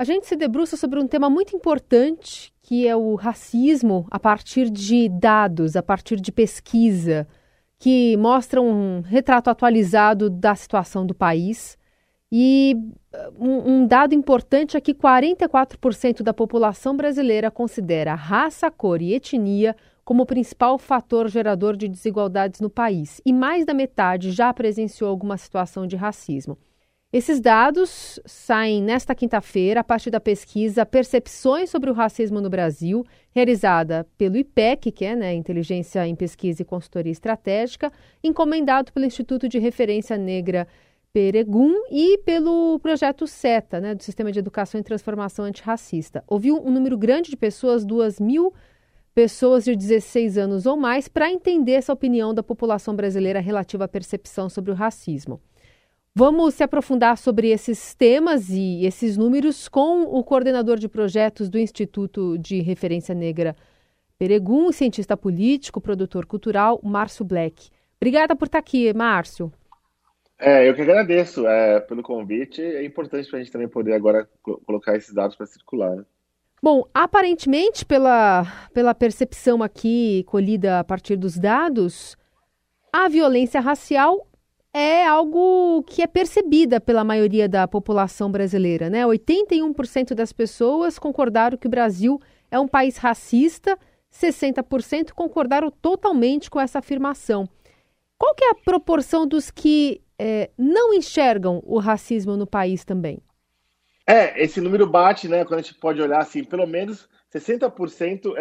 A gente se debruça sobre um tema muito importante, que é o racismo a partir de dados, a partir de pesquisa, que mostram um retrato atualizado da situação do país. E um dado importante é que 44% da população brasileira considera raça, cor e etnia como o principal fator gerador de desigualdades no país. E mais da metade já presenciou alguma situação de racismo. Esses dados saem nesta quinta-feira a partir da pesquisa Percepções sobre o Racismo no Brasil, realizada pelo IPEC, que é Inteligência em Pesquisa e Consultoria Estratégica, encomendado pelo Instituto de Referência Negra Peregun e pelo projeto SETA, do Sistema de Educação e Transformação Antirracista. Houve um número grande de pessoas, 2.000 pessoas de 16 anos ou mais, para entender essa opinião da população brasileira relativa à percepção sobre o racismo. Vamos se aprofundar sobre esses temas e esses números com o coordenador de projetos do Instituto de Referência Negra Peregun, cientista político, produtor cultural, Márcio Black. Obrigada por estar aqui, Márcio. Eu que agradeço pelo convite. É importante para a gente também poder agora colocar esses dados para circular, né? Bom, aparentemente, pela percepção aqui colhida a partir dos dados, a violência racial é algo que é percebida pela maioria da população brasileira, 81% das pessoas concordaram que o Brasil é um país racista, 60% concordaram totalmente com essa afirmação. Qual que é a proporção dos que não enxergam o racismo no país também? Esse número bate, quando a gente pode olhar assim, pelo menos 60%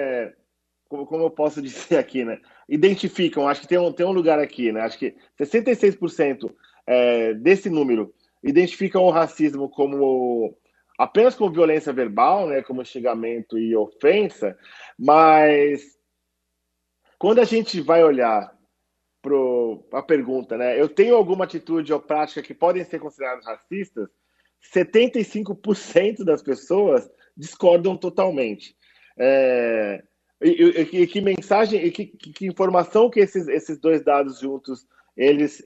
como eu posso dizer aqui, identificam, acho que tem um lugar aqui, acho que 66% desse número identificam o racismo apenas como violência verbal, como xingamento e ofensa, mas quando a gente vai olhar para a pergunta, eu tenho alguma atitude ou prática que podem ser consideradas racistas, 75% das pessoas discordam totalmente. E que mensagem e que informação que esses dois dados juntos eles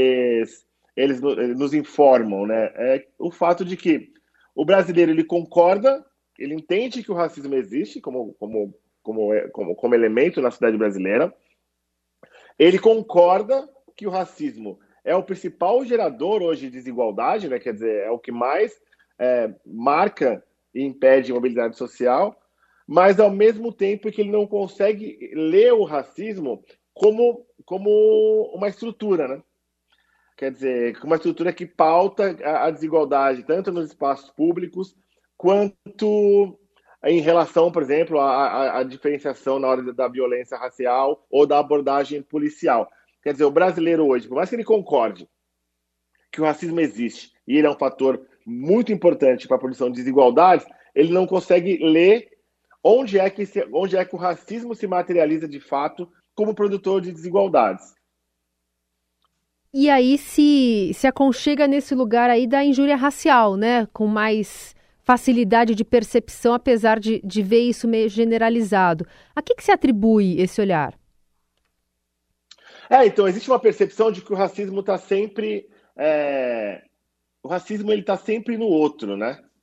nos informam, É o fato de que o brasileiro ele concorda, ele entende que o racismo existe como elemento na sociedade brasileira, ele concorda que o racismo é o principal gerador hoje de desigualdade, quer dizer, é o que mais marca e impede a mobilidade social, mas ao mesmo tempo que ele não consegue ler o racismo como uma estrutura, Quer dizer, uma estrutura que pauta a desigualdade, tanto nos espaços públicos, quanto em relação, por exemplo, à diferenciação na hora da violência racial ou da abordagem policial. Quer dizer, o brasileiro hoje, por mais que ele concorde que o racismo existe e ele é um fator muito importante para a produção de desigualdades, ele não consegue ler onde é que o racismo se materializa de fato como produtor de desigualdades. E aí se aconchega nesse lugar aí da injúria racial, com mais facilidade de percepção, apesar de ver isso meio generalizado. A que se atribui esse olhar? Então, existe uma percepção de que o racismo está sempre... o racismo está sempre no outro,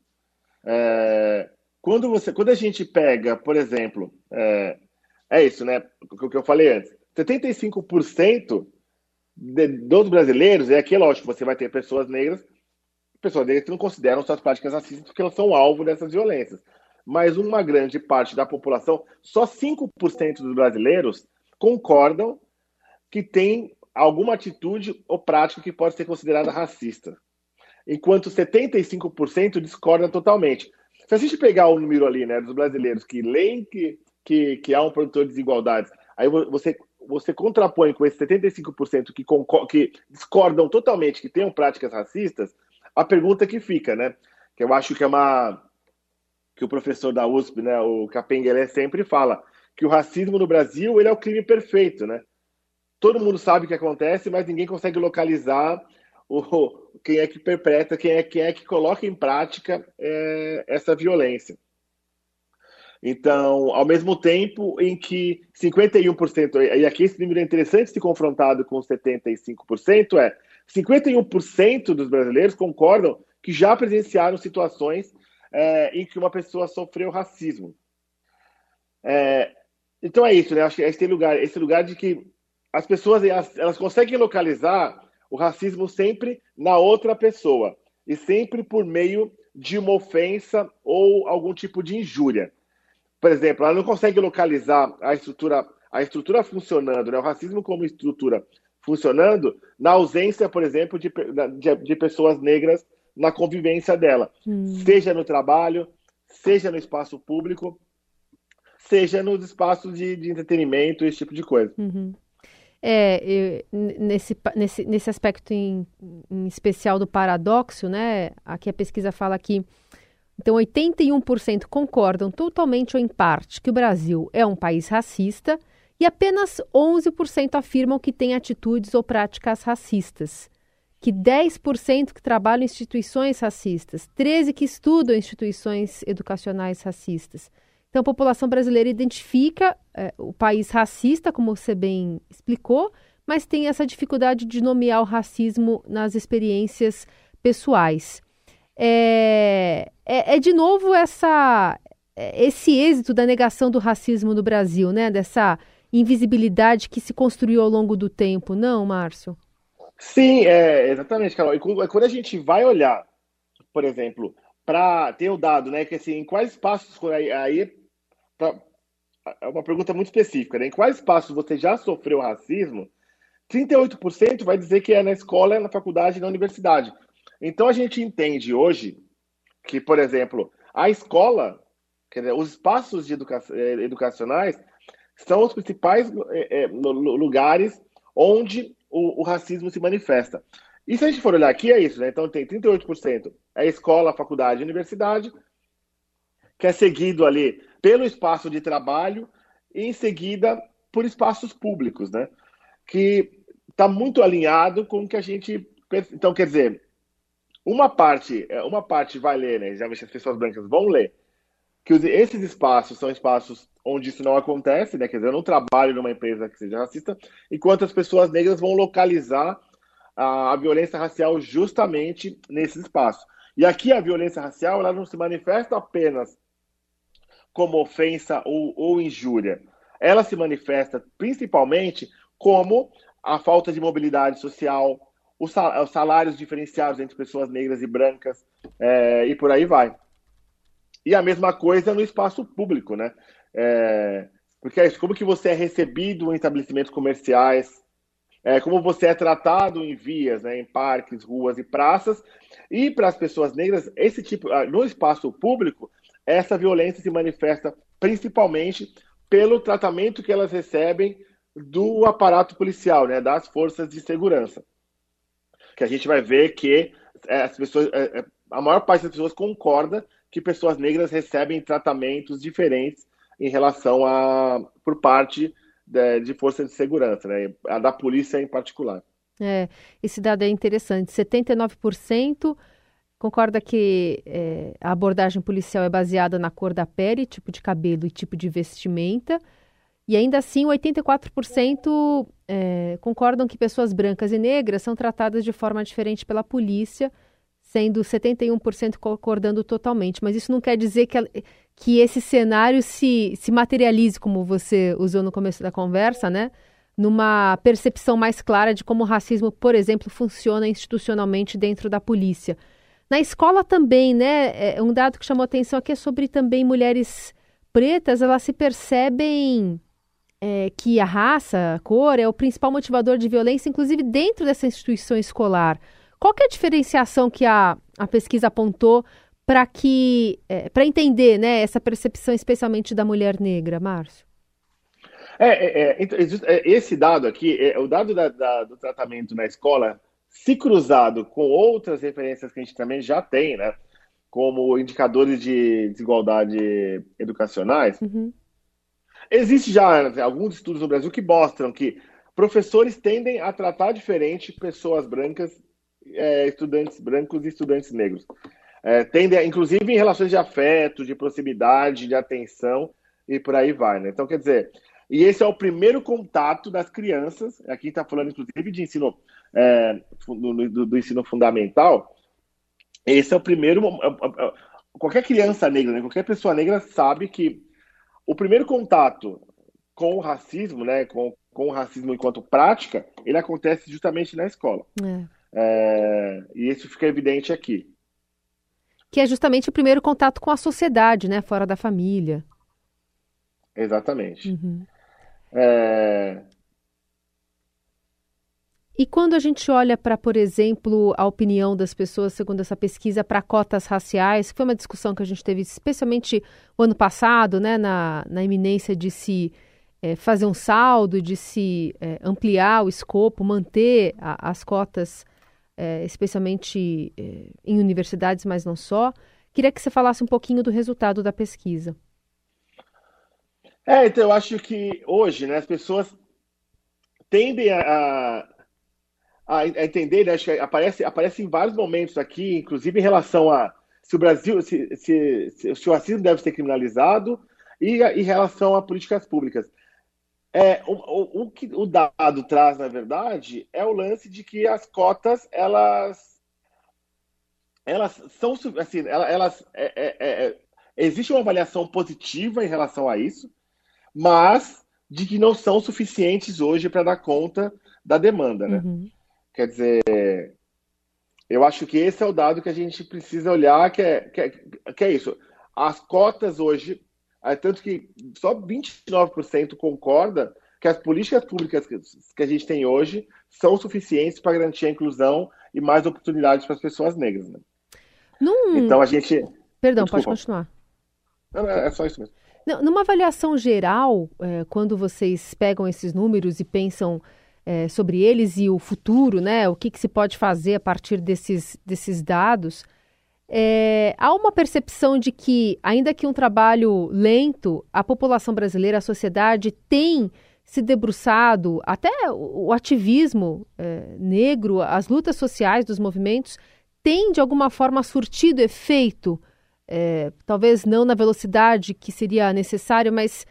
Quando a gente pega, por exemplo, isso, o que eu falei antes, 75% dos brasileiros, aqui é lógico, você vai ter pessoas negras que não consideram suas práticas racistas porque elas são alvo dessas violências. Mas uma grande parte da população, só 5% dos brasileiros concordam que tem alguma atitude ou prática que pode ser considerada racista, enquanto 75% discordam totalmente. Se a gente pegar o número ali, dos brasileiros que leem que há um produtor de desigualdades, aí você contrapõe com esses 75% que discordam totalmente, que tenham práticas racistas, a pergunta que fica, que eu acho que o professor da USP, o Capenguele, sempre fala, que o racismo no Brasil ele é o crime perfeito, Todo mundo sabe o que acontece, mas ninguém consegue localizar quem é que perpetra, quem é que coloca em prática essa violência. Então, ao mesmo tempo em que 51%, e aqui esse número é interessante se confrontado com 75%, 51% dos brasileiros concordam que já presenciaram situações em que uma pessoa sofreu racismo. Então é isso, né? Acho que esse lugar de que as pessoas elas conseguem localizar o racismo sempre na outra pessoa e sempre por meio de uma ofensa ou algum tipo de injúria. Por exemplo, ela não consegue localizar a estrutura funcionando, né? O racismo como estrutura funcionando na ausência, por exemplo, de pessoas negras na convivência dela, seja no trabalho, seja no espaço público, seja nos espaços de entretenimento, esse tipo de coisa. Uhum. Nesse aspecto em especial do paradoxo, né? Aqui a pesquisa fala que então 81% concordam totalmente ou em parte que o Brasil é um país racista e apenas 11% afirmam que tem atitudes ou práticas racistas, que 10% que trabalham em instituições racistas, 13% que estudam em instituições educacionais racistas. Então, a população brasileira identifica o país racista, como você bem explicou, mas tem essa dificuldade de nomear o racismo nas experiências pessoais. De novo esse êxito da negação do racismo no Brasil, né? Dessa invisibilidade que se construiu ao longo do tempo, não, Márcio? Sim, exatamente, Carol. E quando a gente vai olhar, por exemplo, para ter o dado, né, que assim, em quais passos é uma pergunta muito específica, né? Em quais passos você já sofreu racismo? 38% vai dizer que é na escola, na faculdade e na universidade. Então a gente entende hoje que, por exemplo, a escola, quer dizer, os espaços educacionais são os principais lugares onde o racismo se manifesta. E se a gente for olhar aqui, é isso, né? Então tem 38% é escola, faculdade e universidade, que é seguido ali pelo espaço de trabalho e em seguida por espaços públicos, né? Que está muito alinhado com o que a gente... Então, quer dizer, uma parte vai ler, né? Geralmente as pessoas brancas vão ler que esses espaços são espaços onde isso não acontece, né? Quer dizer, eu não trabalho numa empresa que seja racista, enquanto as pessoas negras vão localizar a violência racial justamente nesses espaços. E aqui a violência racial ela não se manifesta apenas como ofensa ou injúria. Ela se manifesta principalmente como a falta de mobilidade social, os salários diferenciados entre pessoas negras e brancas, e por aí vai. E a mesma coisa no espaço público, né? Porque é isso, como que você é recebido em estabelecimentos comerciais, como você é tratado em vias, né, em parques, ruas e praças. E para as pessoas negras, no espaço público, essa violência se manifesta principalmente pelo tratamento que elas recebem do aparato policial, né, das forças de segurança. Que a gente vai ver que a maior parte das pessoas concorda que pessoas negras recebem tratamentos diferentes em relação por parte de forças de segurança, né? A da polícia em particular. Esse dado é interessante. 79% concorda que a abordagem policial é baseada na cor da pele, tipo de cabelo e tipo de vestimenta. E ainda assim, 84% concordam que pessoas brancas e negras são tratadas de forma diferente pela polícia, sendo 71% concordando totalmente. Mas isso não quer dizer que esse cenário se materialize, como você usou no começo da conversa, né? Numa percepção mais clara de como o racismo, por exemplo, funciona institucionalmente dentro da polícia. Na escola também, né? Um dado que chamou atenção aqui é sobre também mulheres pretas, elas se percebem que a raça, a cor, é o principal motivador de violência, inclusive dentro dessa instituição escolar. Qual que é a diferenciação que a pesquisa apontou para entender, né, essa percepção especialmente da mulher negra, Márcio? Esse dado aqui, o dado do tratamento na escola, se cruzado com outras referências que a gente também já tem, né, como indicadores de desigualdade educacionais, existe já alguns estudos no Brasil que mostram que professores tendem a tratar diferente pessoas brancas, estudantes brancos e estudantes negros. Tendem, inclusive em relações de afeto, de proximidade, de atenção e por aí vai, né? Então, quer dizer, e esse é o primeiro contato das crianças, aqui está falando inclusive de ensino, do ensino fundamental, esse é o primeiro qualquer criança negra, né, qualquer pessoa negra sabe que o primeiro contato com o racismo, né, com o racismo enquanto prática, ele acontece justamente na escola. É. E isso fica evidente aqui. Que é justamente o primeiro contato com a sociedade, né? Fora da família. Exatamente. Uhum. É, E quando a gente olha para, por exemplo, a opinião das pessoas, segundo essa pesquisa, para cotas raciais, que foi uma discussão que a gente teve especialmente o ano passado, né? Na iminência de se fazer um saldo, de se ampliar o escopo, manter as cotas, especialmente em universidades, mas não só. Queria que você falasse um pouquinho do resultado da pesquisa. então eu acho que hoje, né, as pessoas tendem a entender, né, acho que aparece em vários momentos aqui, inclusive em relação a se o Brasil, se o racismo deve ser criminalizado e em relação a políticas públicas. O que o dado traz, na verdade, é o lance de que as cotas, elas são, assim, existe uma avaliação positiva em relação a isso, mas de que não são suficientes hoje para dar conta da demanda, né? Uhum. Quer dizer, eu acho que esse é o dado que a gente precisa olhar, que é isso. As cotas hoje, tanto que só 29% concorda que as políticas públicas que a gente tem hoje são suficientes para garantir a inclusão e mais oportunidades para as pessoas negras, né? Num... Então a gente. Perdão, pode Desculpa. continuar. Não, é só isso mesmo. Numa avaliação geral, quando vocês pegam esses números e pensam sobre eles e o futuro, né, o que se pode fazer a partir desses dados, há uma percepção de que, ainda que um trabalho lento, a população brasileira, a sociedade tem se debruçado, até o ativismo negro, as lutas sociais dos movimentos, tem de alguma forma surtido efeito. Talvez não na velocidade que seria necessário, mas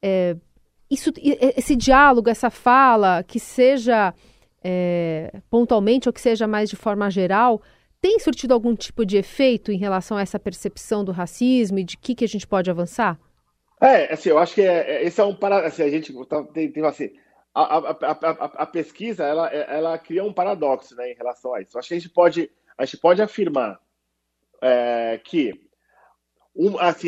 esse diálogo, essa fala, que seja pontualmente ou que seja mais de forma geral, tem surtido algum tipo de efeito em relação a essa percepção do racismo e de que a gente pode avançar? Assim, eu acho que esse é um assim, a gente tem assim, a pesquisa ela cria um paradoxo, né, em relação a isso. Eu acho que a gente pode afirmar que assim,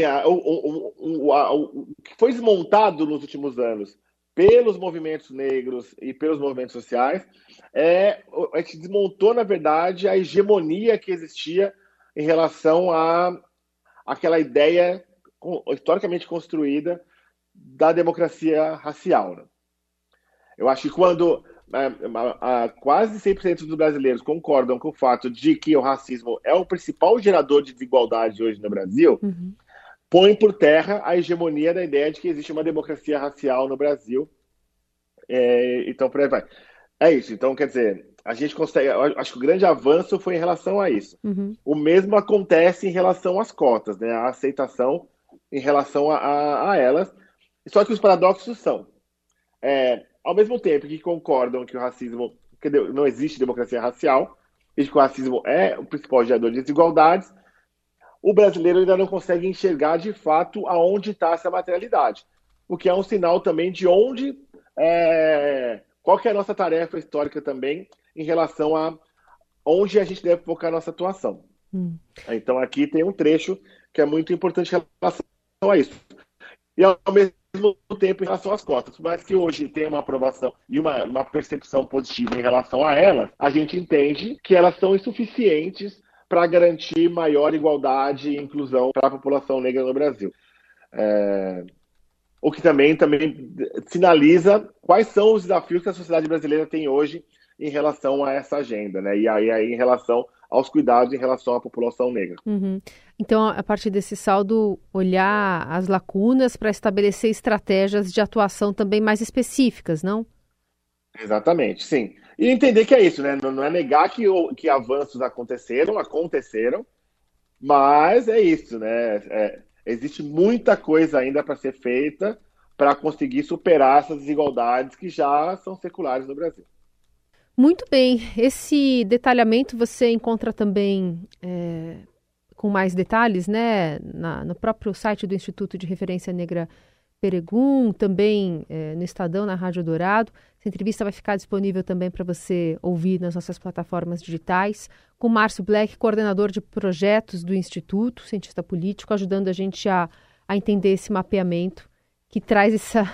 o que foi desmontado nos últimos anos pelos movimentos negros e pelos movimentos sociais a gente desmontou, na verdade, a hegemonia que existia em relação a aquela ideia historicamente construída da democracia racial, né? Eu acho que quando quase 100% dos brasileiros concordam com o fato de que o racismo é o principal gerador de desigualdade hoje no Brasil, Uhum. põe por terra a hegemonia da ideia de que existe uma democracia racial no Brasil. Então, por aí vai. É isso. Então, quer dizer, a gente consegue. Acho que o grande avanço foi em relação a isso. Uhum. O mesmo acontece em relação às cotas, né? A aceitação em relação a elas. Só que os paradoxos são, ao mesmo tempo que concordam que o racismo, que não existe democracia racial, e que o racismo é o principal gerador de desigualdades, o brasileiro ainda não consegue enxergar de fato aonde está essa materialidade. O que é um sinal também de qual que é a nossa tarefa histórica também em relação a onde a gente deve focar a nossa atuação. Então aqui tem um trecho que é muito importante em relação a isso. E ao mesmo tempo em relação às cotas, mas que hoje tem uma aprovação e uma percepção positiva em relação a elas, a gente entende que elas são insuficientes para garantir maior igualdade e inclusão para a população negra no Brasil. O que também sinaliza quais são os desafios que a sociedade brasileira tem hoje em relação a essa agenda, né? E aí em relação aos cuidados em relação à população negra. Uhum. Então, a partir desse saldo, olhar as lacunas para estabelecer estratégias de atuação também mais específicas, não? Exatamente, sim. E entender que é isso, né? Não é negar que avanços aconteceram, mas é isso, né? Existe muita coisa ainda para ser feita para conseguir superar essas desigualdades que já são seculares no Brasil. Muito bem. Esse detalhamento você encontra também com mais detalhes, né, no próprio site do Instituto de Referência Negra Peregum, também no Estadão, na Rádio Dourado. Essa entrevista vai ficar disponível também para você ouvir nas nossas plataformas digitais, com Márcio Black, coordenador de projetos do Instituto, cientista político, ajudando a gente a entender esse mapeamento que traz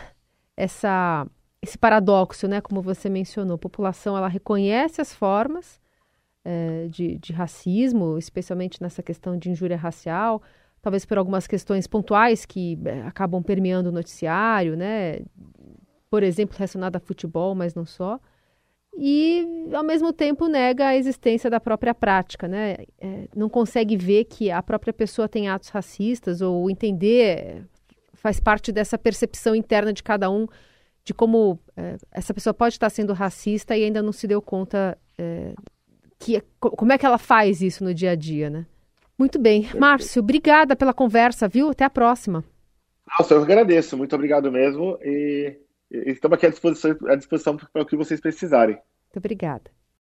esse paradoxo, né, como você mencionou. A população, ela reconhece as formas de racismo, especialmente nessa questão de injúria racial, talvez por algumas questões pontuais que acabam permeando o noticiário, né? Por exemplo, relacionada a futebol, mas não só. E, ao mesmo tempo, nega a existência da própria prática, né? Não consegue ver que a própria pessoa tem atos racistas ou entender, faz parte dessa percepção interna de cada um de como essa pessoa pode estar sendo racista e ainda não se deu conta como é que ela faz isso no dia a dia, né? Muito bem. Márcio, obrigada pela conversa, viu? Até a próxima. Nossa, eu agradeço. Muito obrigado mesmo. E estamos aqui à disposição para o que vocês precisarem. Muito obrigada.